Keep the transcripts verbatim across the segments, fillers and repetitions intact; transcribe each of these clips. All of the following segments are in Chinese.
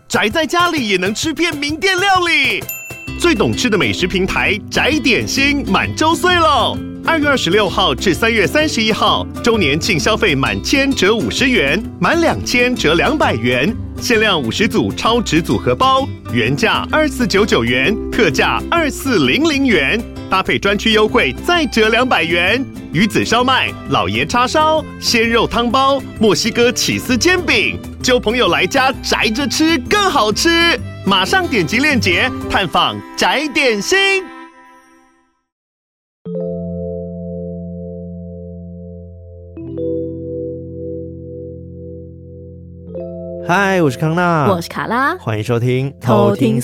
宅在家里也能吃遍名店料理。最懂吃的美食平台宅点心满周岁喽！二月二十六号至三月三十一号，周年庆消费满千折五十元，满两千折两百元，限量五十组超值组合包，原价二四九九元，特价二四零零元，搭配专区优惠再折两百元。鱼子烧麦、老爷叉烧、鲜肉汤包、墨西哥起司煎饼，揪朋友来家宅着吃更好吃。马上点击链接探访宅点心。 嗨，我是康娜， 我是卡拉， 欢迎收听偷听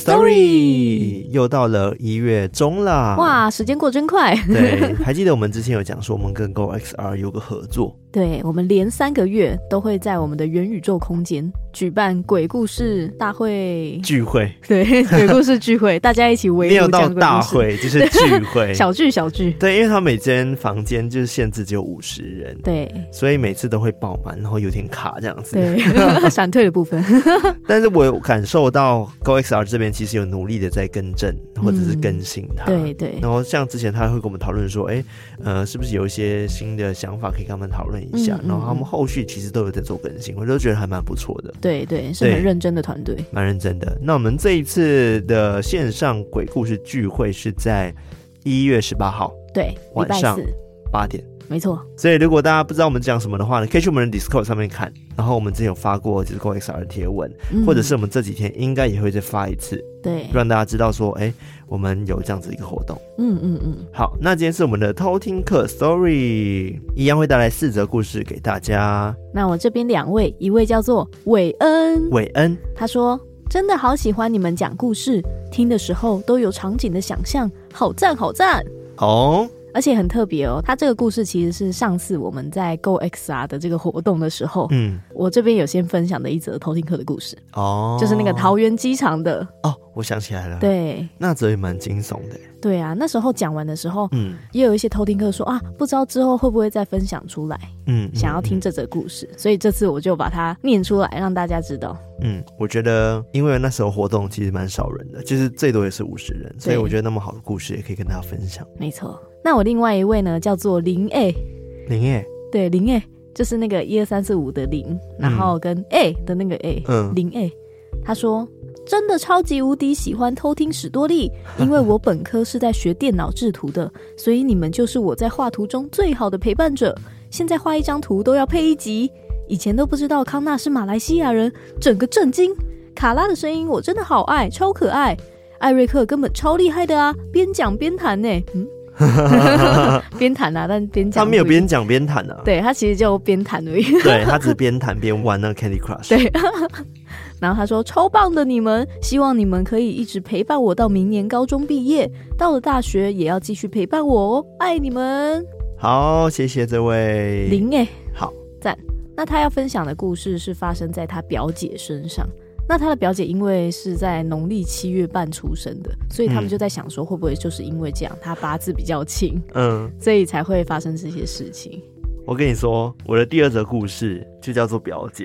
Story。 又到了一月中啦， 哇，时间过真快。 对，还记得我们之前有讲说，我们跟 Go X R 有个合作。 对，我们连三个月都会在我们的元宇宙空间举办鬼故事大会聚会。 对，鬼故事聚会，大家一起围炉讲鬼故事。 没有到大会，就是聚会， 小聚小聚。 对，因为他每间房间就是限制只有五十人， 对， 所以每次都会爆满，然后有点卡这样子。 对，闪退的部分。 但是我有感受到 Go X R 这边其实有努力的在更正或者是更新它。 嗯、对对。 然后像之前他会跟我们讨论说，哎，呃，是不是有一些新的想法可以跟他们讨论一下？嗯、然后他们后续其实都有在做更新，我都觉得还蛮不错的。 对对，是很认真的团队， 蛮认真的。那我们这一次的线上鬼故事聚会是在一月十八号， 对， 晚上八点。 没错， 所以如果大家不知道我们讲什么的话呢，可以去我们的 Discord 上面看。然后我们之前有发过就是 Go X R 的贴文、嗯，或者是我们这几天应该也会再发一次， 对， 让大家知道说，哎，我们有这样子一个活动。 嗯嗯嗯。 好，那今天是我们的偷听课 Story， 一样会带来四则故事给大家。 那我这边两位，一位叫做韦恩， 韦恩， 他说真的好喜欢你们讲故事，听的时候都有场景的想象，好赞好赞哦。 而且很特别哦，他这个故事其实是上次我们在 Go X R 的这个活动的时候，嗯，我这边有先分享的一则偷听课的故事哦，就是那个桃园机场的哦，我想起来了， 对， 那则也蛮惊悚的。 对啊，那时候讲完的时候，嗯，也有一些偷听课说啊，不知道之后会不会再分享出来，嗯，想要听这则故事、嗯嗯，所以这次我就把它念出来，让大家知道。 嗯，我觉得因为那时候活动其实蛮少人的，就是最多也是五十人，所以我觉得那么好的故事也可以跟大家分享。 没错，那我另外一位呢叫做林 A， 林 A， 对，林 A 就是那个一二三四五的零，然后跟 A 的那个 A， 嗯，林 A， 他说。真的超级无敌喜欢偷听史多利，因为我本科是在学电脑制图的，所以你们就是我在画图中最好的陪伴者。现在画一张图都要配一集，以前都不知道康纳是马来西亚人，整个震惊。卡拉的声音我真的好爱，超可爱。艾瑞克根本超厉害的啊，边讲边弹呢，嗯。边弹啊，但边讲。 他没有边讲边弹啊。 对，他其实就边弹而已。 对，他只是边弹边玩那个 Candy Crush。 对。然后他说超棒的你们，希望你们可以一直陪伴我到明年高中毕业，到了大学也要继续陪伴我哦，爱你们。 好，谢谢这位林欸， 好赞。那他要分享的故事是发生在他表姐身上。那他的表姐因为是在农历七月半出生的，所以他们就在想说会不会就是因为这样他八字比较轻，嗯，所以才会发生这些事情。 我跟你说，我的第二则故事就叫做表姐。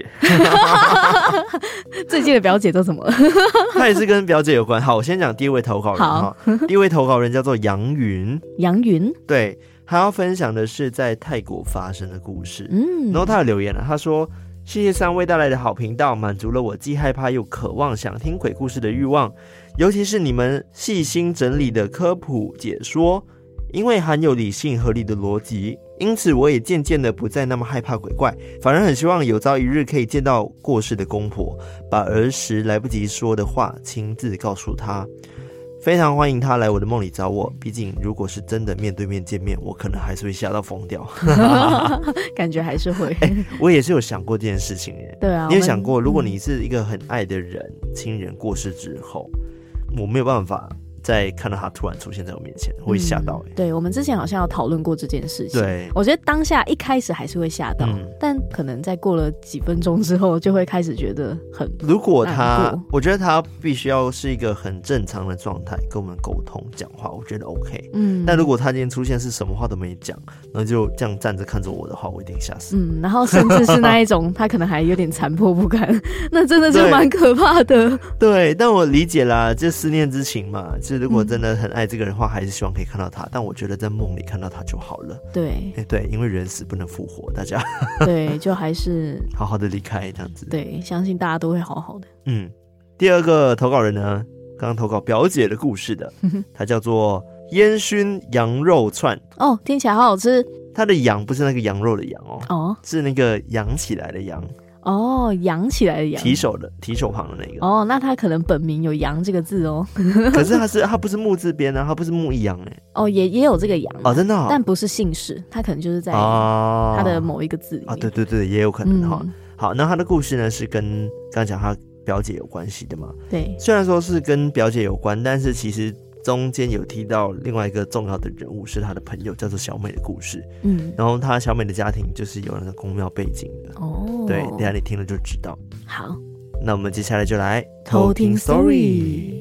最近的表姐都怎么了？ 她也是跟表姐有关。好，我先讲第一位投稿人。好，第一位投稿人叫做杨云。 杨云， 对，他要分享的是在泰国发生的故事。嗯，然后他有留言了，他说。谢谢三位带来的好频道，满足了我既害怕又渴望想听鬼故事的欲望，尤其是你们细心整理的科普解说，因为含有理性合理的逻辑，因此我也渐渐的不再那么害怕鬼怪，反而很希望有朝一日可以见到过世的公婆，把儿时来不及说的话亲自告诉她。非常欢迎他来我的梦里找我，毕竟如果是真的面对面见面，我可能还是会吓到疯掉。 感觉还是会、 欸、我也是有想过这件事情耶。 对啊， 你有想过如果你是一个很爱的人、亲人过世之后，我没有办法在看到他突然出现在我面前，会吓到、欸嗯、对，我们之前好像有讨论过这件事情。 对， 我觉得当下一开始还是会吓到、嗯、但可能在过了几分钟之后就会开始觉得很如果他我觉得他必须要是一个很正常的状态跟我们沟通讲话，我觉得 OK。 嗯，但如果他今天出现是什么话都没讲，然后就这样站着看着我的话，我一定吓死。 嗯，然后甚至是那一种他可能还有点残破不堪那真的是蛮可怕的。 对, 对，但我理解啦，这思念之情嘛，就是如果真的很爱这个人的话、嗯、还是希望可以看到他，但我觉得在梦里看到他就好了。 对、 欸、对，因为人死不能复活，大家对，就还是好好的离开这样子。 对，相信大家都会好好的。 嗯，第二个投稿人呢，刚刚投稿表姐的故事的他叫做烟熏羊肉串。 哦，听起来好好吃。 他的羊不是那个羊肉的羊哦， 哦是那个扬起来的羊。 哦，扬起来的扬， 提手的提手旁的那个。 哦，那他可能本名有羊这个字哦。 可是他是他不是木字边啊，他不是木一羊哎。 哦，也也有这个羊哦，真的、哦， 但不是姓氏，他可能就是在他的某一个字里面。 啊、哦，对对对，也有可能哈、嗯。好，那他的故事呢是跟刚刚讲他表姐有关系的嘛？ 对， 虽然说是跟表姐有关，但是其实中间有提到另外一个重要的人物是他的朋友，叫做小美的故事。嗯，然后他小美的家庭就是有那个宫庙背景的。哦，对，等一下你听了就知道。 好， 那我们接下来就来偷听 story。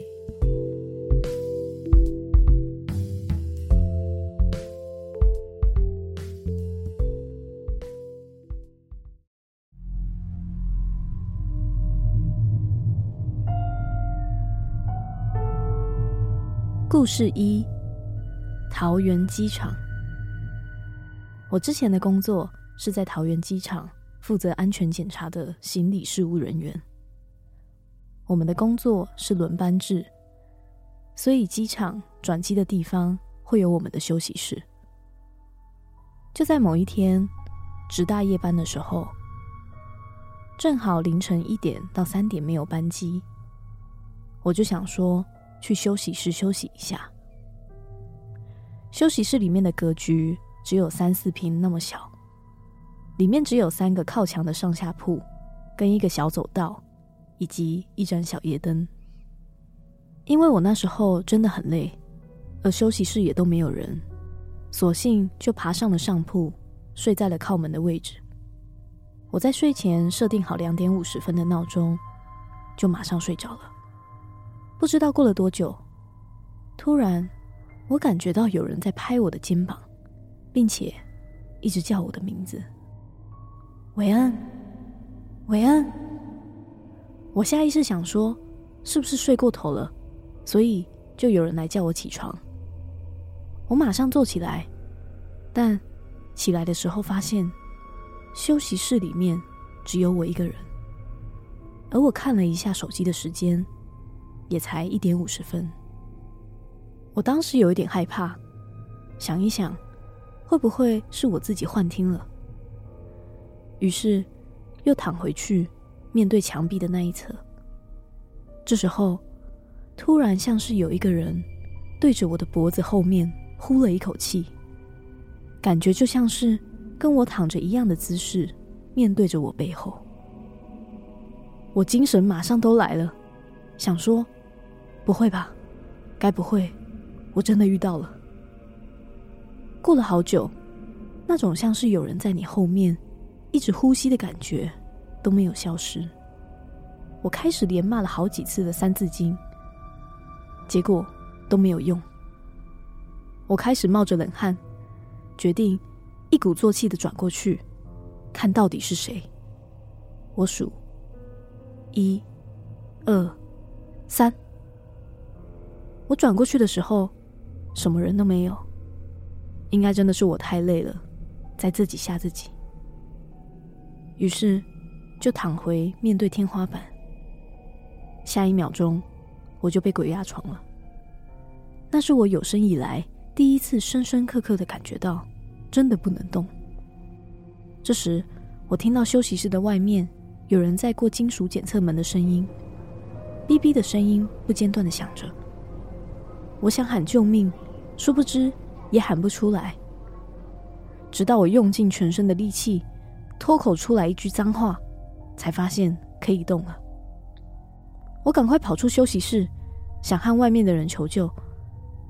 故事一：桃园机场。我之前的工作是在桃园机场负责安全检查的行李事务人员。我们的工作是轮班制，所以机场转机的地方会有我们的休息室。就在某一天值大夜班的时候，正好凌晨一点到三点没有班机，我就想说去休息室休息一下。休息室里面的格局只有三四坪那么小，里面只有三个靠墙的上下铺，跟一个小走道，以及一盏小夜灯。因为我那时候真的很累，而休息室也都没有人，索性就爬上了上铺，睡在了靠门的位置。我在睡前设定好两点五十分的闹钟，就马上睡着了。不知道过了多久，突然我感觉到有人在拍我的肩膀，并且一直叫我的名字，韦恩，韦恩。我下意识想说是不是睡过头了，所以就有人来叫我起床。我马上坐起来，但起来的时候发现休息室里面只有我一个人，而我看了一下手机的时间，也才一点五十分。我当时有一点害怕，想一想会不会是我自己幻听了，于是又躺回去面对墙壁的那一侧。这时候突然像是有一个人对着我的脖子后面呼了一口气，感觉就像是跟我躺着一样的姿势面对着我背后。我精神马上都来了，想说不会吧，该不会我真的遇到了。过了好久，那种像是有人在你后面一直呼吸的感觉都没有消失。我开始连骂了好几次的三字经，结果都没有用。我开始冒着冷汗，决定一鼓作气地转过去，看到底是谁。我数一、二、三。我转过去的时候，什么人都没有。应该真的是我太累了，在自己吓自己。于是就躺回面对天花板。下一秒钟，我就被鬼压床了。那是我有生以来第一次深深刻刻地感觉到真的不能动。这时我听到休息室的外面有人在过金属检测门的声音，哔哔的声音不间断地响着。我想喊救命，殊不知也喊不出来。直到我用尽全身的力气脱口出来一句脏话，才发现可以动了。我赶快跑出休息室，想和外面的人求救，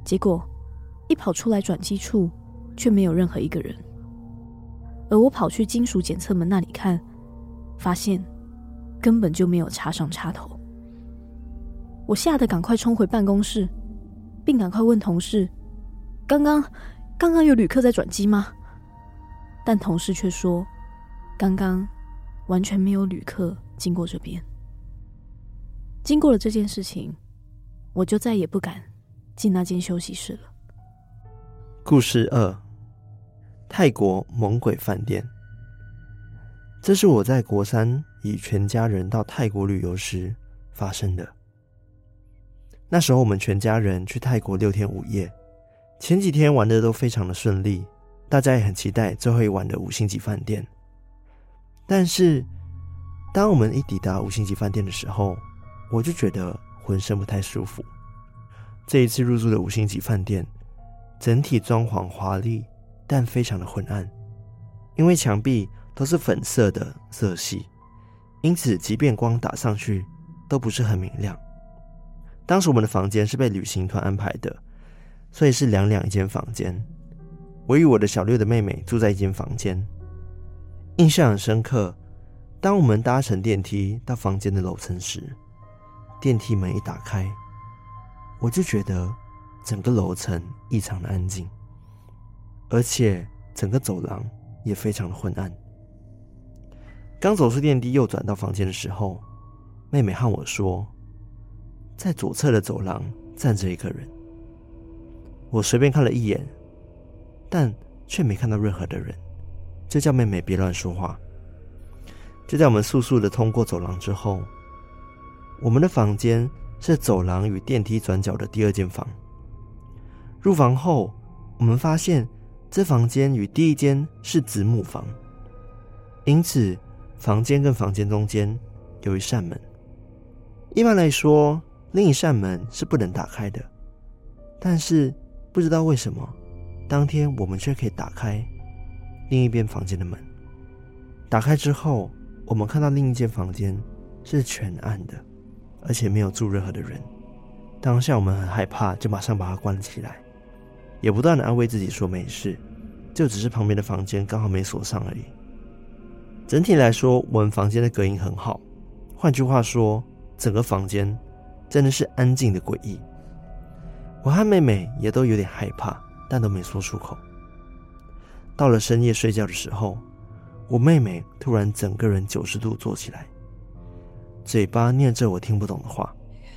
结果一跑出来转机处，却没有任何一个人。而我跑去金属检测门那里看，发现根本就没有插上插头。我吓得赶快冲回办公室，并赶快问同事：“刚刚刚刚有旅客在转机吗？”但同事却说：“刚刚完全没有旅客经过这边。”经过了这件事情，我就再也不敢进那间休息室了。 故事二：泰国猛鬼饭店。这是我在国三与全家人到泰国旅游时发生的。那时候我们全家人去泰国六天五夜，前几天玩的都非常的顺利，大家也很期待最后一晚的五星级饭店。但是当我们一抵达五星级饭店的时候，我就觉得浑身不太舒服。这一次入住的五星级饭店整体装潢华丽，但非常的昏暗，因为墙壁都是粉色的色系，因此即便光打上去都不是很明亮。当时我们的房间是被旅行团安排的，所以是两两一间房间。我与我的小六的妹妹住在一间房间。印象很深刻，当我们搭乘电梯到房间的楼层时，电梯门一打开，我就觉得整个楼层异常的安静，而且整个走廊也非常的昏暗。刚走出电梯右转到房间的时候，妹妹和我说，在左侧的走廊站着一个人。我随便看了一眼，但却没看到任何的人，就叫妹妹别乱说话。就在我们速速的通过走廊之后，我们的房间是走廊与电梯转角的第二间房。入房后，我们发现这房间与第一间是子母房，因此房间跟房间中间有一扇门。一般来说，另一扇门是不能打开的，但是不知道为什么，当天我们却可以打开另一边房间的门。打开之后，我们看到另一间房间是全暗的，而且没有住任何的人。当下我们很害怕，就马上把它关了起来，也不断的安慰自己说没事，就只是旁边的房间刚好没锁上而已。整体来说，我们房间的隔音很好，换句话说，整个房间真的是安静的诡异。我和妹妹也都有点害怕，但都没说出口。到了深夜睡觉的时候，我妹妹突然整个人九十度坐起来，嘴巴念着我听不懂的话。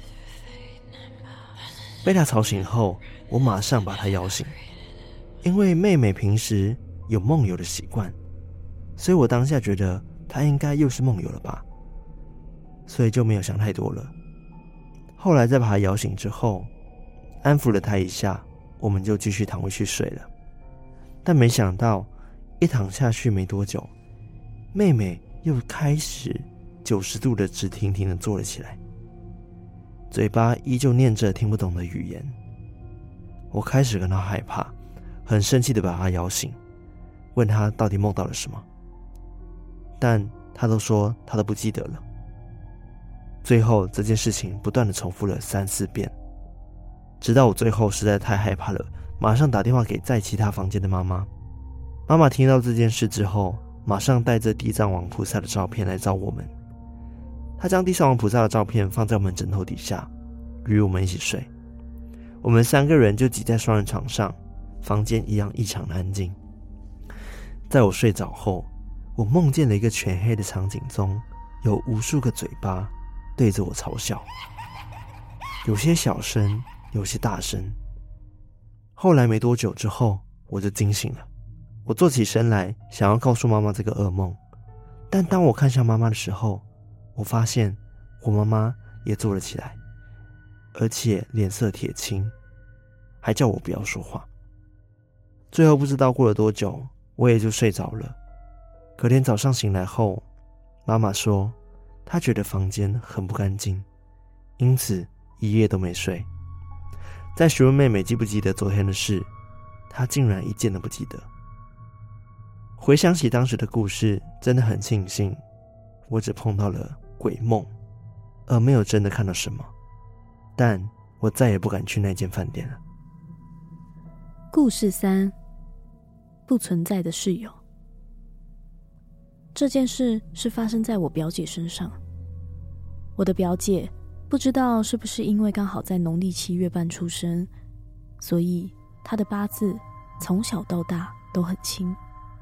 被她吵醒后，我马上把她摇醒，因为妹妹平时有梦游的习惯，所以我当下觉得她应该又是梦游了吧，所以就没有想太多了。后来在把她摇醒之后，安抚了她一下，我们就继续躺回去睡了。但没想到一躺下去没多久，妹妹又开始九十度的直挺挺的坐了起来，嘴巴依旧念着听不懂的语言。我开始感到害怕，很生气的把她摇醒，问她到底梦到了什么，但她都说她都不记得了。最后这件事情不断的重复了三四遍，直到我最后实在太害怕了，马上打电话给在其他房间的妈妈。妈妈听到这件事之后，马上带着地藏王菩萨的照片来找我们。她将地藏王菩萨的照片放在我们枕头底下，与我们一起睡。我们三个人就挤在双人床上，房间一样异常的安静。在我睡着后，我梦见了一个全黑的场景中，有无数个嘴巴对着我嘲笑，有些小声，有些大声。后来没多久之后，我就惊醒了。我坐起身来，想要告诉妈妈这个噩梦，但当我看向妈妈的时候，我发现我妈妈也坐了起来，而且脸色铁青，还叫我不要说话。最后不知道过了多久，我也就睡着了。隔天早上醒来后，妈妈说她觉得房间很不干净，因此一夜都没睡。在询问妹妹记不记得昨天的事，她竟然一件都不记得。回想起当时的故事，真的很庆幸我只碰到了鬼梦，而没有真的看到什么。但我再也不敢去那间饭店了。 故事三：不存在的室友。这件事是发生在我表姐身上。我的表姐不知道是不是因为刚好在农历七月半出生，所以她的八字从小到大都很轻。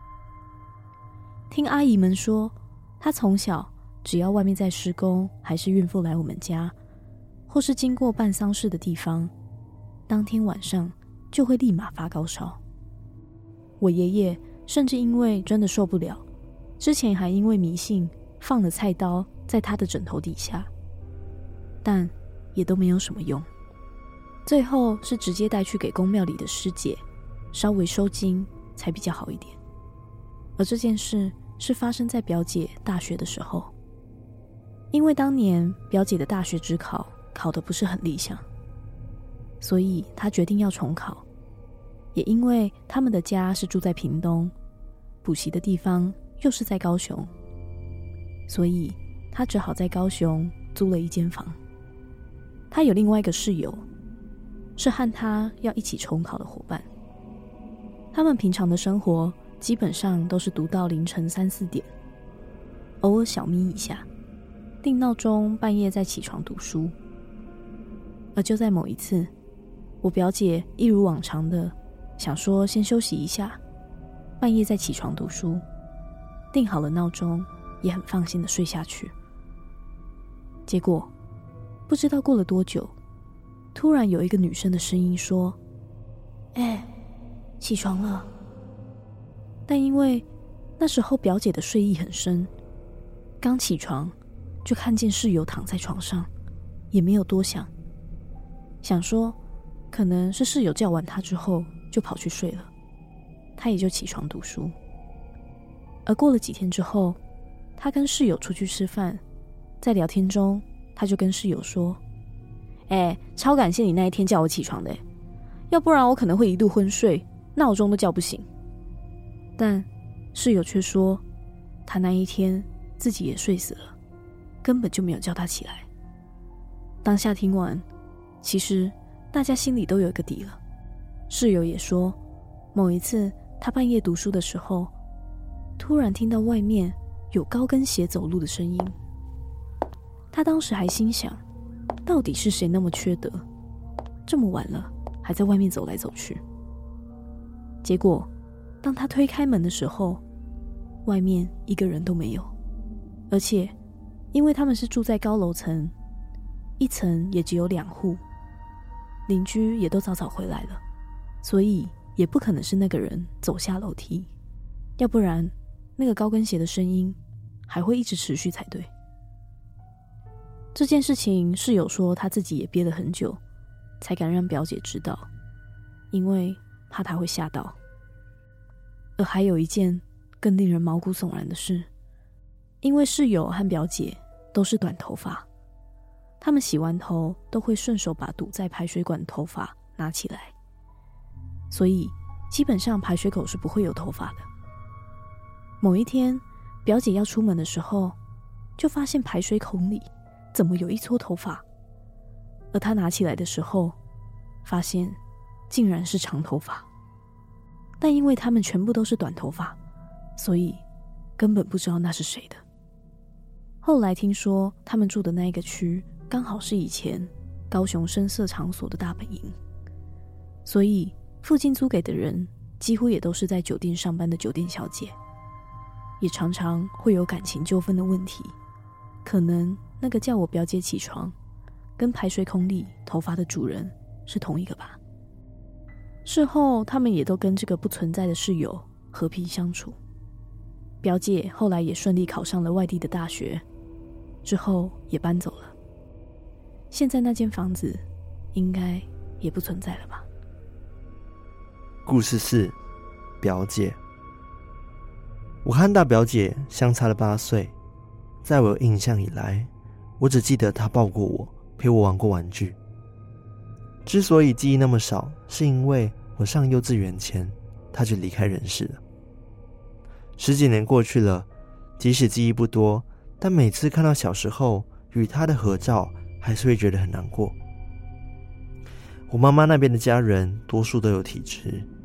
听阿姨们说，她从小只要外面在施工，还是孕妇来我们家，或是经过办丧事的地方，当天晚上就会立马发高烧。我爷爷甚至因为真的受不了，之前还因为迷信放了菜刀在他的枕头底下，但也都没有什么用。最后是直接带去给公庙里的师姐稍微收惊才比较好一点。而这件事是发生在表姐大学的时候，因为当年表姐的大学指考考得不是很理想，所以她决定要重考。也因为他们的家是住在屏东，补习的地方又是在高雄，所以她只好在高雄租了一间房。她有另外一个室友，是和她要一起重考的伙伴。他们平常的生活基本上都是读到凌晨三四点，偶尔小眯一下，定闹钟半夜再起床读书。而就在某一次，我表姐一如往常的想说先休息一下，半夜再起床读书，定好了闹钟，也很放心的睡下去。结果不知道过了多久，突然有一个女生的声音说：哎，起床了。但因为那时候表姐的睡意很深，刚起床就看见室友躺在床上，也没有多想，想说可能是室友叫完她之后就跑去睡了，她也就起床读书。而过了几天之后，她跟室友出去吃饭，在聊天中她就跟室友说：哎，超感谢你那一天叫我起床的，要不然我可能会一度昏睡，闹钟都叫不醒。但室友却说他那一天自己也睡死了，根本就没有叫他起来。当下听完，其实大家心里都有一个底了。室友也说，某一次他半夜读书的时候，突然听到外面有高跟鞋走路的声音。他当时还心想，到底是谁那么缺德，这么晚了还在外面走来走去。结果当他推开门的时候，外面一个人都没有，而且因为他们是住在高楼层，一层也只有两户，邻居也都早早回来了，所以也不可能是那个人走下楼梯，要不然那个高跟鞋的声音还会一直持续才对。这件事情室友说他自己也憋了很久才敢让表姐知道，因为怕她会吓到。而还有一件更令人毛骨悚然的事，因为室友和表姐都是短头发，他们洗完头都会顺手把堵在排水管的头发拿起来，所以基本上排水口是不会有头发的。某一天表姐要出门的时候，就发现排水孔里怎么有一撮头发，而她拿起来的时候，发现竟然是长头发。但因为他们全部都是短头发，所以根本不知道那是谁的。后来听说他们住的那一个区刚好是以前高雄声色场所的大本营，所以附近租给的人几乎也都是在酒店上班的酒店小姐，也常常会有感情纠纷的问题。可能那个叫我表姐起床跟排水孔里头发的主人是同一个吧。事后他们也都跟这个不存在的室友和平相处，表姐后来也顺利考上了外地的大学，之后也搬走了。现在那间房子应该也不存在了吧。 故事四：表姐。我和大表姐相差了八岁，在我有印象以来，我只记得她抱过我，陪我玩过玩具。之所以记忆那么少，是因为我上幼稚园前，她就离开人世了。十几年过去了，即使记忆不多，但每次看到小时候与她的合照，还是会觉得很难过。我妈妈那边的家人多数都有体质，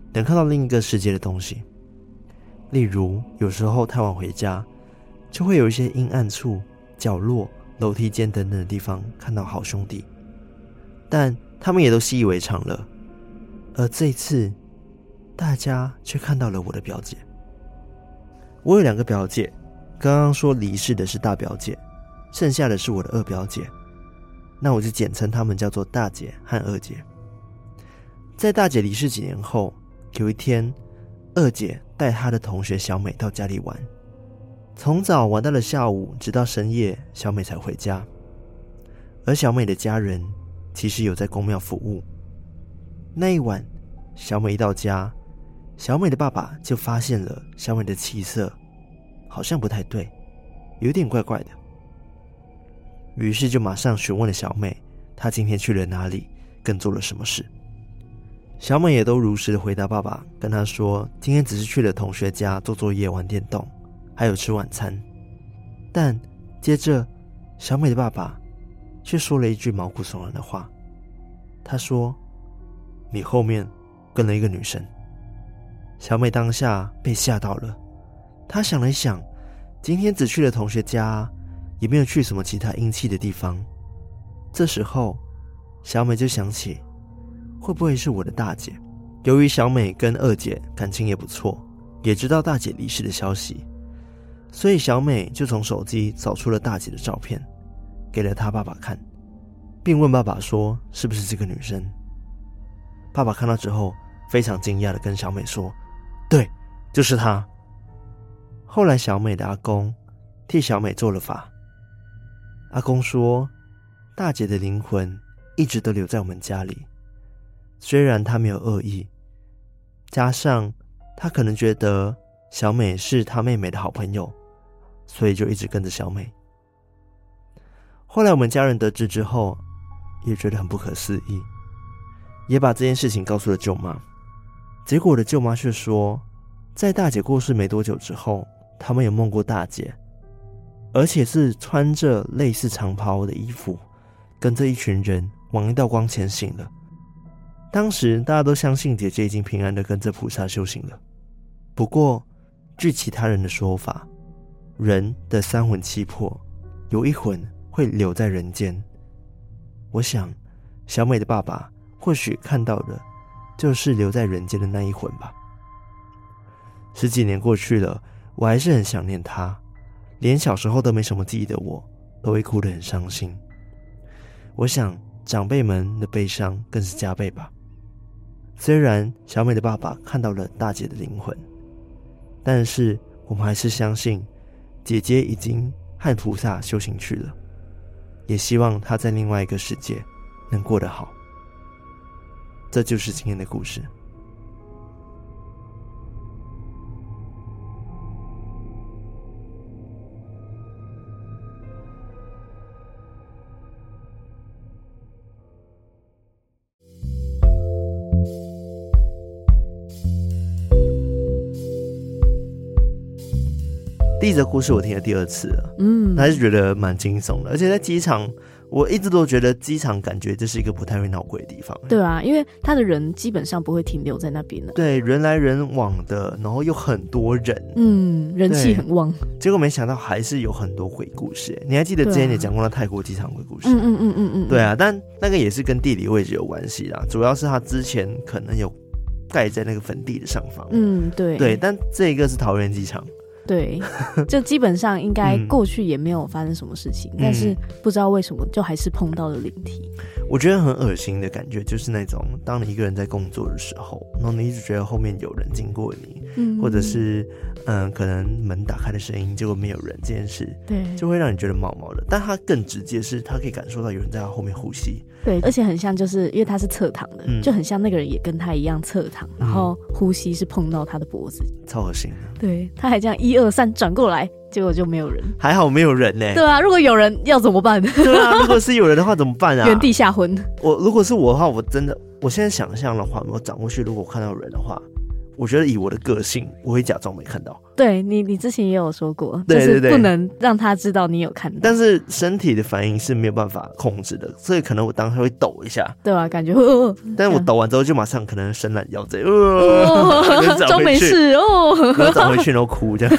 能看到另一个世界的东西。例如有时候太晚回家，就会有一些阴暗处、角落、楼梯间等等的地方看到好兄弟，但他们也都习以为常了。而这一次大家却看到了我的表姐。我有两个表姐，刚刚说离世的是大表姐，剩下的是我的二表姐，那我就简称她们叫做大姐和二姐。在大姐离世几年后，有一天二姐带她的同学小美到家里玩，从早玩到了下午，直到深夜小美才回家。而小美的家人其实有在公庙服务。那一晚小美一到家，小美的爸爸就发现了小美的气色好像不太对，有点怪怪的，于是就马上询问了小美，她今天去了哪里，跟做了什么事。小美也都如实的回答爸爸，跟他说今天只是去了同学家做作业、玩电动，还有吃晚餐。但接着小美的爸爸却说了一句毛骨悚然的话，他说你后面跟了一个女生。小美当下被吓到了，她想了一想，今天只去了同学家，也没有去什么其他阴气的地方。这时候小美就想起，会不会是我的大姐？由于小美跟二姐感情也不错，也知道大姐离世的消息，所以小美就从手机找出了大姐的照片，给了她爸爸看，并问爸爸说是不是这个女生。爸爸看到之后非常惊讶地跟小美说，对，就是她。后来小美的阿公替小美做了法，阿公说大姐的灵魂一直都留在我们家里，虽然她没有恶意，加上她可能觉得小美是她妹妹的好朋友，所以就一直跟着小美。后来我们家人得知之后也觉得很不可思议，也把这件事情告诉了舅妈。结果我的舅妈却说，在大姐过世没多久之后，他们有梦过大姐，而且是穿着类似长袍的衣服，跟着一群人往一道光前行了。当时大家都相信姐姐已经平安的跟着菩萨修行了。不过据其他人的说法，人的三魂七魄有一魂会留在人间，我想小美的爸爸或许看到的就是留在人间的那一魂吧。十几年过去了，我还是很想念他，连小时候都没什么记忆的我都会哭得很伤心。我想长辈们的悲伤更是加倍吧。虽然小美的爸爸看到了大姐的灵魂，但是我们还是相信姐姐已经和菩萨修行去了，也希望她在另外一个世界能过得好。这就是今天的故事。第一则故事我听了第二次了，嗯，还是觉得蛮惊悚的，而且在机场，我一直都觉得机场感觉这是一个不太会闹鬼的地方。 对啊，因为他的人基本上不会停留在那边的。 对，人来人往的，然后又很多人， 嗯，人气很旺。 结果没想到还是有很多鬼故事。你还记得之前也讲过那泰国机场鬼故事？ 嗯嗯嗯嗯嗯。 对啊，但那个也是跟地理位置有关系啦，主要是他之前可能有盖在那个坟地的上方。 嗯，对。 对，但这个是桃园机场。 对，就基本上应该过去也没有发生什么事情，嗯、但是不知道为什么就还是碰到了灵体。 我觉得很恶心的感觉，就是那种当你一个人在工作的时候，然后你一直觉得后面有人经过你，嗯、或者是嗯、呃，可能门打开的声音，结果没有人这件事，对，就会让你觉得毛毛的。但它更直接是，它可以感受到有人在他后面呼吸。 对，而且很像，就是因为他是侧躺的、嗯，就很像那个人也跟他一样侧躺，然后呼吸是碰到他的脖子， 超恶心的。 对，他还这样一二三转过来，结果就没有人， 还好没有人呢、欸。 对啊，如果有人要怎么办？ 对啊，如果是有人的话怎么办啊？ 原地吓昏。 我如果是我的话，我真的，我现在想象的话，我转过去，如果我看到有人的话， 我觉得以我的个性，我会假装没看到。 对你，你之前也有说过， 对对对， 就是不能让他知道你有看到。 但是身体的反应是没有办法控制的，所以可能我当时会抖一下， 对啊，感觉。呃、 但是我抖完之后就马上可能伸懒腰这样，呃， 装没事哦， 然后转回去然后哭这样。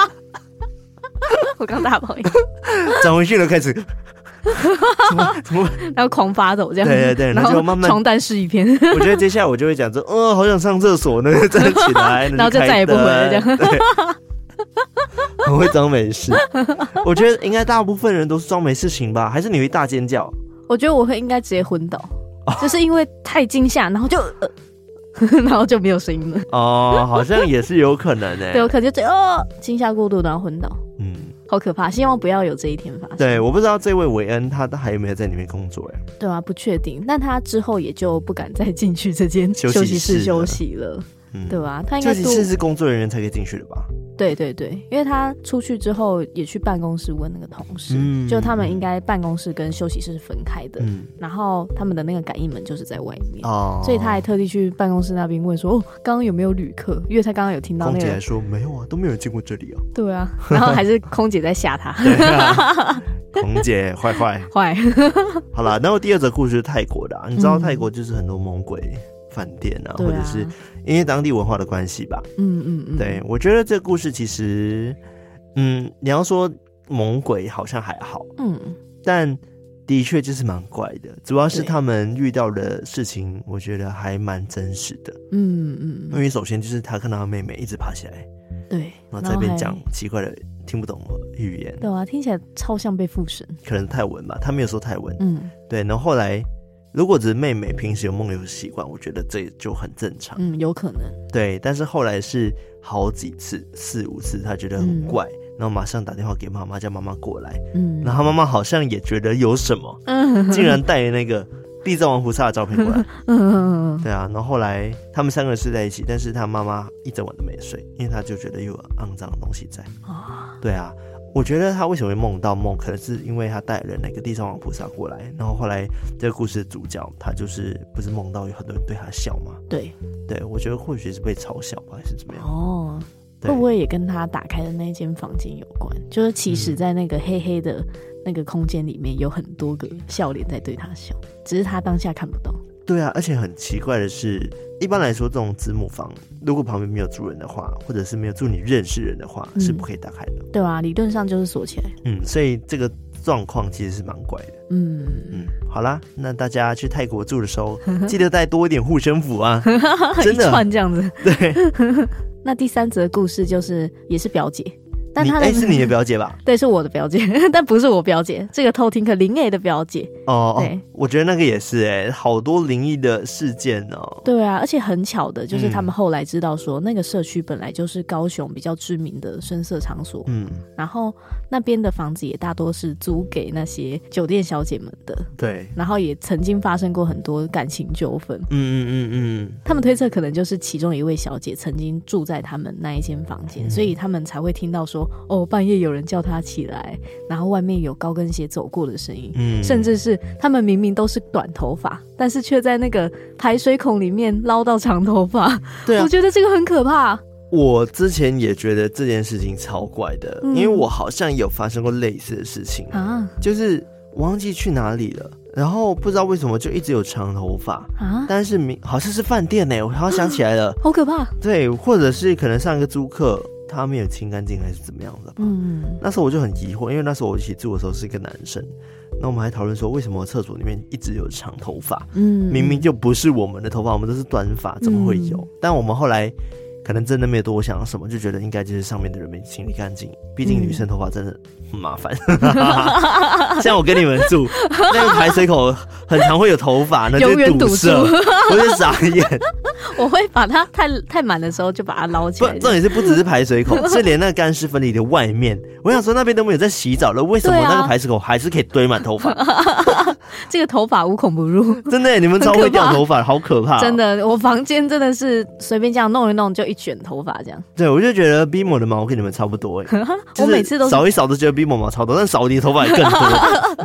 我刚大爆音， 转回去了开始。怎么怎么？ 然后狂发抖这样， 对对对，然后慢慢床单湿一片。 我觉得接下来我就会讲说，哦，好想上厕所呢，站起来， 然后就再也不回了这样。 我会装没事。我觉得应该大部分人都是装没事情吧？还是你会大尖叫？ 我觉得我会应该直接昏倒，哦、就是因为太惊吓，然后就。呃然后就没有声音了。 哦，好像也是有可能诶。 对，有可能就哦，惊吓过度然后昏倒。 嗯， 好可怕，希望不要有这一天发生。 对，我不知道这位韦恩他还有没有在里面工作哎。 对啊，不确定，但他之后也就不敢再进去这间休息室休息了。嗯，对吧？他应该休息室是工作人员才可以进去的吧？ 对对对，因为他出去之后也去办公室问那个同事，嗯、就他们应该办公室跟休息室是分开的，嗯、然后他们的那个感应门就是在外面，哦、所以他还特地去办公室那边问说：“哦，刚刚有没有旅客？”因为他刚刚有听到那个空姐还说：“没有啊，都没有人进过这里啊。” 对啊，然后还是空姐在吓他。 啊、空姐坏坏坏。 好啦，然后第二则故事是泰国的、啊，你知道泰国就是很多猛鬼饭店啊，嗯、或者是因为当地文化的关系吧。嗯嗯嗯，对，我觉得这个故事其实，嗯，你要说猛鬼好像还好，嗯，但的确就是蛮怪的，主要是他们遇到的事情，我觉得还蛮真实的。嗯嗯，因为首先就是他看到他妹妹一直爬起来， 对， 然后在那边讲奇怪的听不懂的语言， 对啊，听起来超像被附身， 可能泰文吧，他没有说泰文，嗯，对，然后后来。如果只是妹妹平时有梦游的习惯，我觉得这就很正常。 嗯，有可能。 对，但是后来是好几次，四五次，她觉得很怪，嗯、然后马上打电话给妈妈，叫妈妈过来。嗯，然后妈妈好像也觉得有什么，嗯、竟然带那个地藏王菩萨的照片过来。嗯，对啊，然后后来他们三个人睡在一起，但是他妈妈一整晚都没睡，因为他就觉得又有肮脏的东西在。啊，对啊。我觉得他为什么会梦到梦，可能是因为他带了那个地藏王菩萨过来，然后后来这个故事的主角他就是不是梦到有很多人对他笑吗？对，对，我觉得或许是被嘲笑吧，还是怎么样？哦，会不会也跟他打开的那间房间有关？就是其实在那个黑黑的那个空间里面有很多个笑脸在对他笑，只是他当下看不到。对啊，而且很奇怪的是，一般来说这种子母房如果旁边没有住人的话，或者是没有住你认识人的话、嗯、是不可以打开的。对啊，理论上就是锁起来。嗯，所以这个状况其实是蛮怪的。嗯嗯，好啦，那大家去泰国住的时候记得带多一点护身符啊。真的一串这样子。对。那第三则故事就是也是表姐，但她的、欸、是你的表姐吧？对，是我的表姐，但不是我表姐，这个偷听客林 A 的表姐。哦，对，我觉得那个也是哎、欸，好多灵异的事件哦。对啊，而且很巧的，就是他们后来知道说，嗯、那个社区本来就是高雄比较知名的声色场所，嗯，然后那边的房子也大多是租给那些酒店小姐们的，对，然后也曾经发生过很多感情纠纷，嗯嗯嗯嗯，他们推测可能就是其中一位小姐曾经住在他们那一间房间、嗯，所以他们才会听到说，哦，半夜有人叫他起来，然后外面有高跟鞋走过的声音，嗯，甚至是他们明明都是短头发，但是却在那个排水孔里面捞到长头发。对啊，我觉得这个很可怕。我之前也觉得这件事情超怪的、嗯、因为我好像有发生过类似的事情啊，就是忘记去哪里了，然后不知道为什么就一直有长头发啊，但是好像是饭店耶，我好像想起来了，好可怕。对，或者是可能上一个租客他没有清干净还是怎么样的吧。嗯，那时候我就很疑惑，因为那时候我一起住的时候是一个男生，那我们还讨论说为什么厕所里面一直有长头发，嗯，明明就不是我们的头发，我们都是短发，怎么会有、嗯、但我们后来可能真的没有多想什么，就觉得应该就是上面的人没清理干净，毕竟女生头发真的很麻烦、嗯、像我跟你们住那个排水口很常会有头发，那就堵塞，我就傻眼。我会把它太太满的时候就把它捞起来。不，重点是不只是排水口，是连那个干湿分离的外面。我想说那边都没有在洗澡了，为什么那个排水口还是可以堆满头发？这个头发无孔不入，真的耶，你们超会掉头发，好可怕、哦！真的，我房间真的是随便这样弄一弄就一卷头发这样。对，我就觉得 Bimo 的毛跟你们差不多耶。我每次都扫一扫都觉得 Bimo 毛超多，但扫你的头发也更多。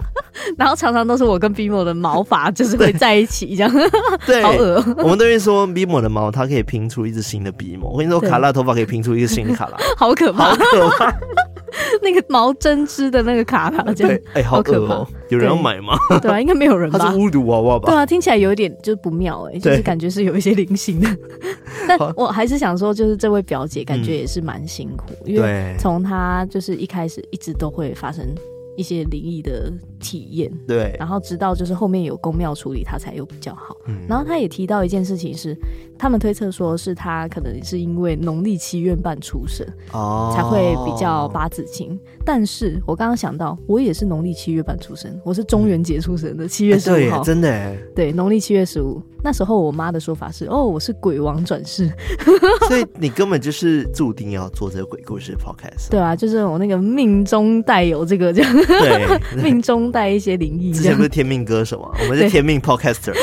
然后常常都是我跟 Bimo 的毛发就是会在一起这样， 对， 好恶。 我们都会说 Bimo 的毛它可以拼出一只新的 Bimo， 我跟你说卡拉头发可以拼出一个新的卡拉， 好可怕， 好可怕。 那个毛针织的那个卡拉，这样对，哎、欸，好恶哦、喔！有人要买吗？ 对啊，应该没有人吧？ 它是巫毒娃娃吧？ 对啊，听起来有一点就是不妙哎、欸，就是感觉是有一些灵性的。但我还是想说，就是这位表姐感觉也是蛮辛苦，嗯、因为从她就是一开始一直都会发生一些灵异的体验， 对， 然后直到就是后面有宫庙处理，他才有比较好。嗯、然后他也提到一件事情是，他们推测说是他可能是因为农历七月半出生，哦，才会比较八字轻。但是我刚刚想到，我也是农历七月半出生，我是中元节出生的，七月十五号， 对，真的耶， 对，农历七月十五。那时候我妈的说法是，哦，我是鬼王转世， 所以你根本就是注定要做这个鬼故事 podcast。 对啊，就是我那个命中带有这个这样， 对， 命中带一些灵异。 之前不是天命歌手吗？我们是天命 podcaster。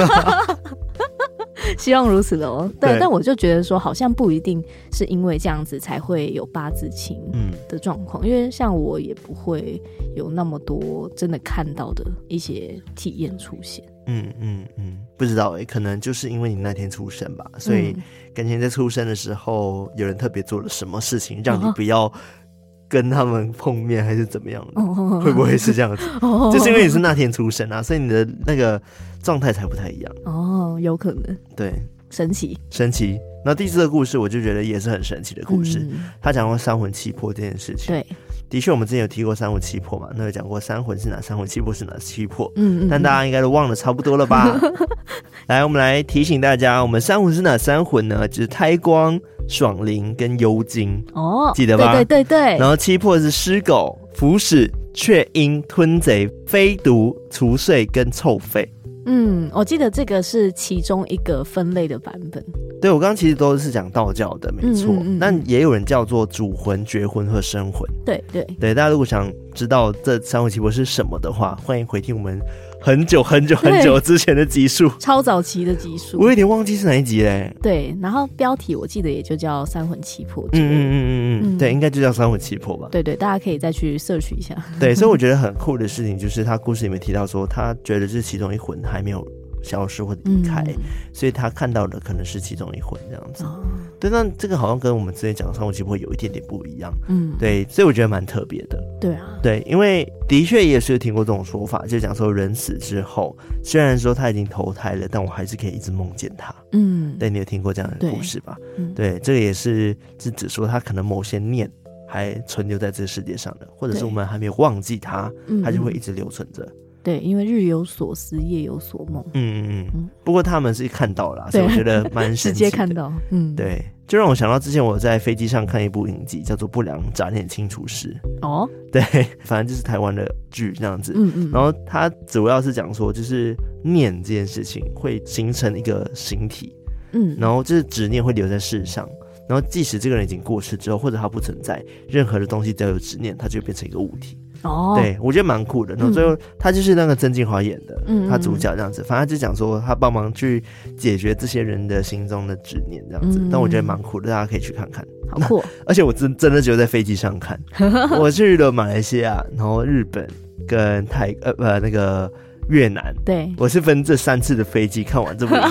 希望如此的哦。对，但我就觉得说，好像不一定是因为这样子才会有八字轻的状况、嗯，因为像我也不会有那么多真的看到的一些体验出现。 嗯嗯嗯，不知道哎、欸，可能就是因为你那天出生吧，所以感觉在出生的时候有人特别做了什么事情，让你不要跟他们碰面，还是怎么样的？哦、会不会是这样子？哦、就是因为你是那天出生啊，所以你的那个状态才不太一样。 哦，有可能。 对， 神奇， 神奇。那第四个故事，我就觉得也是很神奇的故事。嗯、他讲过三魂七魄这件事情。对。的确，我们之前有提过三魂七魄嘛，那有讲过三魂是哪，三魂七魄是哪七魄，嗯嗯，但大家应该都忘了差不多了吧？来，我们来提醒大家，我们三魂是哪三魂呢？就是胎光、爽灵跟幽精哦，记得吧？ 对对对对。 然后七魄是尸狗、腐屎、雀鹰、吞贼、飞毒、除祟跟臭肺。 嗯，我记得这个是其中一个分类的版本。 对，我刚刚其实都是讲道教的，没错。嗯嗯嗯，但也有人叫做主魂、绝魂和生魂。 对对对， 大家如果想知道这三魂七魄是什么的话，欢迎回听我们很久很久很久之前的集数， 超早期的集数， 我有点忘记是哪一集嘞。 对，然后标题我记得也就叫三魂七魄。 嗯嗯嗯嗯嗯，对，应该就叫三魂七魄吧。 对对，大家可以再去 search 一下。 对，所以我觉得很酷的事情就是他故事里面提到说，他觉得这其中一魂还没有消失或离开、嗯，所以他看到的可能是其中一魂这样子。哦、对，那这个好像跟我们之前讲的三魂七魄有一点点不一样。嗯，对，所以我觉得蛮特别的。 对啊， 对，因为的确也是有听过这种说法，就讲说人死之后，虽然说他已经投胎了，但我还是可以一直梦见他。嗯，对，你有听过这样的故事吧？对，嗯、对，这个也是是指说他可能某些念还存留在这个世界上的，或者是我们还没有忘记他，他就会一直留存着。 对，因为日有所思，夜有所梦。嗯嗯嗯。不过他们是看到了，所以我觉得蛮神奇的。 直接看到，嗯， 对，就让我想到之前我在飞机上看一部影集，叫做《不良杂念清除师》。哦，对，反正就是台湾的剧这样子。嗯嗯。然后它主要是讲说，就是念这件事情会形成一个形体，嗯，然后就是执念会留在世上。然后即使这个人已经过世之后，或者他不存在，任何的东西只要有执念，它就会变成一个物体。哦，对，我觉得蛮酷的。然后最后、嗯、他就是那个曾敬骅演的，嗯，他主角这样子，反正他就讲说他帮忙去解决这些人的心中的执念这样子。嗯、但我觉得蛮酷的，大家可以去看看。 好酷！ 而且我真真的只有在飞机上看，我去了马来西亚，然后日本跟泰呃呃那个越南，对，我是分这三次的飞机看完这部影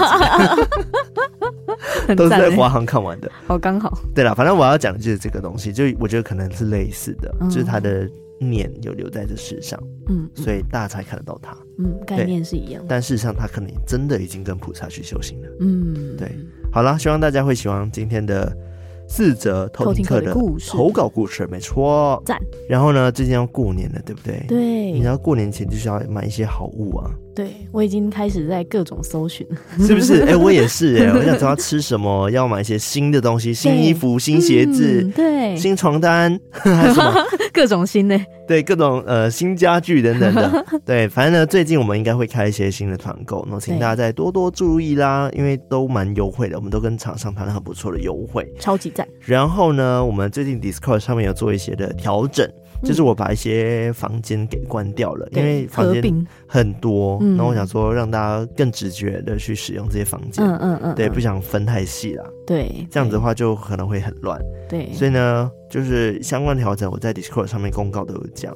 集，都是在华航看完的， 好刚好。 对啦，反正我要讲的就是这个东西，就我觉得可能是类似的，嗯、就是他的念有留在这世上，嗯，所以大家才看得到他， 嗯，概念是一样的。 但事实上，他可能真的已经跟菩萨去修行了，嗯，对。好啦，希望大家会喜欢今天的四则偷听客的投稿故事，没错， 赞。 然后呢，最近要过年了，对不对？ 对， 你知道过年前就是要买一些好物啊。 对，我已经开始在各种搜寻了， 是不是？哎、欸，我也是哎、欸，我想知道吃什么，要买一些新的东西，新衣服、新鞋子，嗯、 对， 新床单，还有什么各种新的， 对，各种呃新家具等等的。对，反正呢，最近我们应该会开一些新的团购，那请大家再多多注意啦，因为都蛮优惠的，我们都跟厂商谈了很不错的优惠， 超级赞。 然后呢，我们最近 Discord 上面有做一些的调整。就是我把一些房间给关掉了，因为房间很多，然后我想说让大家更直觉的去使用这些房间，嗯嗯嗯，对，不想分太细啦， 对， 这样子的话就可能会很乱，对，所以呢，就是相关调整我在 Discord 上面公告都有讲。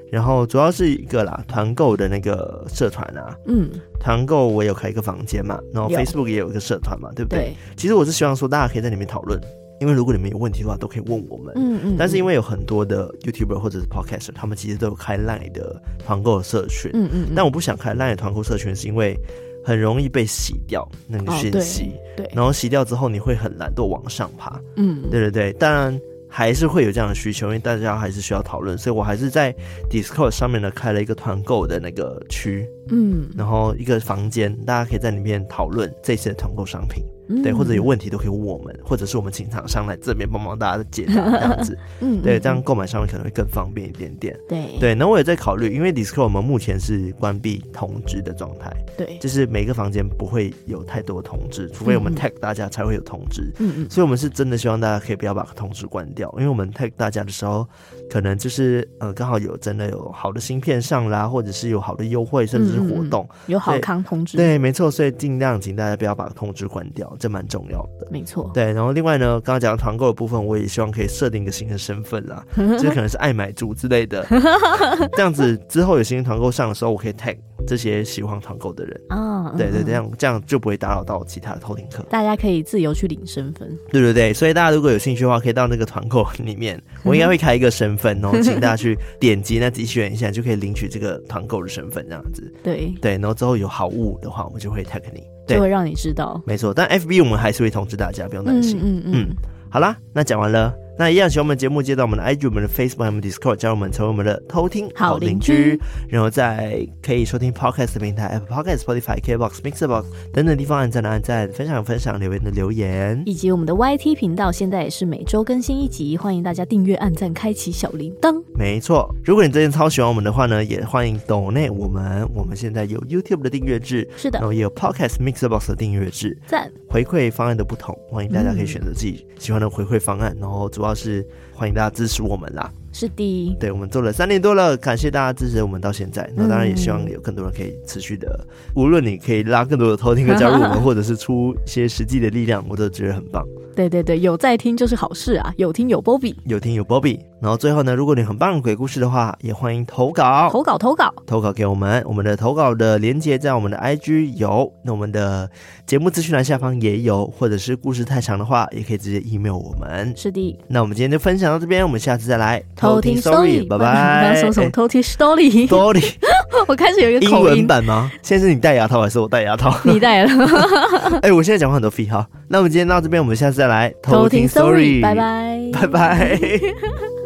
然后主要是一个啦，团购的那个社团啊，嗯，团购我有开一个房间嘛，然后 Facebook 也有一个社团嘛，对不对？对，其实我是希望说大家可以在里面讨论，因为如果你们有问题的话，都可以问我们。嗯嗯。但是因为有很多的 YouTuber 或者是 Podcaster， 他们其实都有开 LINE 的团购社群。嗯嗯, 嗯。但我不想开 LINE 的团购社群，是因为很容易被洗掉那个讯息、哦，对，对。然后洗掉之后，你会很懒惰往上爬。嗯，对对对。当然还是会有这样的需求，因为大家还是需要讨论，所以我还是在 Discord 上面呢开了一个团购的那个区。嗯。然后一个房间，大家可以在里面讨论这次的团购商品。对，或者有问题都可以问我们，或者是我们请厂商来这边帮忙大家解答这样子。嗯，对，这样购买上面可能会更方便一点点。对对，然后我也在考虑，因为 Discord 我们目前是关闭通知的状态，对，就是每个房间不会有太多的通知，除非我们 tag 大家才会有通知。嗯嗯，所以我们是真的希望大家可以不要把通知关掉，因为我们 tag 大家的时候，可能就是呃刚好有真的有好的芯片上啦，或者是有好的优惠，甚至是活动，嗯嗯有好康通知。 对，没错，所以尽量请大家不要把通知关掉。这蛮重要的， 没错。 对，然后另外呢，刚刚讲团购的部分，我也希望可以设定一个新的身份啦，这可能是爱买族之类的，这样子之后有新团购上的时候，我可以 tag 这些喜欢团购的人啊、哦，对对，这样这样就不会打扰到其他的偷听客， 大家可以自由去领身份。 对对对，所以大家如果有兴趣的话，可以到那个团购里面，我应该会开一个身份，然后请大家去点击那几选一下，就可以领取这个团购的身份，这样子。对对，然后之后有好物的话，我们就会 tag 你。 就会让你知道， 没错。但 F B 我们还是会通知大家，不用担心。嗯嗯 嗯, 嗯，好啦，那讲完了。那一样喜欢我们节目，接到我们的 I G、我们的 Facebook、我们的 Discord， 加入我们成为我们的偷听好邻居。然后在可以收听 Podcast 的平台 Apple Podcast、Spotify、K Box、Mixerbox 等等地方按赞的按赞，分享分享，留言的留言， 以及我们的 Y T 频道，现在也是每周更新一集，欢迎大家订阅、按赞、开启小铃铛。 没错，如果你真的超喜欢我们的话呢，也欢迎 donate 我们。我们现在有 YouTube 的订阅制，是的，然后也有 Podcast、Mixerbox 的订阅制，赞。回馈方案的不同，欢迎大家可以选择自己喜欢的回馈方案，然后主要是欢迎大家支持我们啦。 是的， 对，我们做了三年多了，感谢大家支持我们到现在。那当然也希望有更多人可以持续的，无论你可以拉更多的偷听客加入我们，或者是出一些实际的力量，我都觉得很棒。 对对对，有在听就是好事啊，有听有 Bobby， 有听有 Bobby。然后最后呢，如果你很棒的鬼故事的话，也欢迎投稿， 投稿投稿投稿给我们。我们的投稿的连结在我们的 I G 有，那我们的节目资讯栏下方也有，或者是故事太长的话，也可以直接 email 我们。 是的， 那我们今天就分享到这边，我们下次再来偷听 story， 拜拜。 刚刚说什么偷听 story story 我开始有一个口音， 英文版吗？现在是你戴牙套还是我戴牙套？ 你戴了。 哎、欸，我现在讲话很多废话。那我们今天到这边，我们下次再来偷听 story， 拜拜， 拜拜。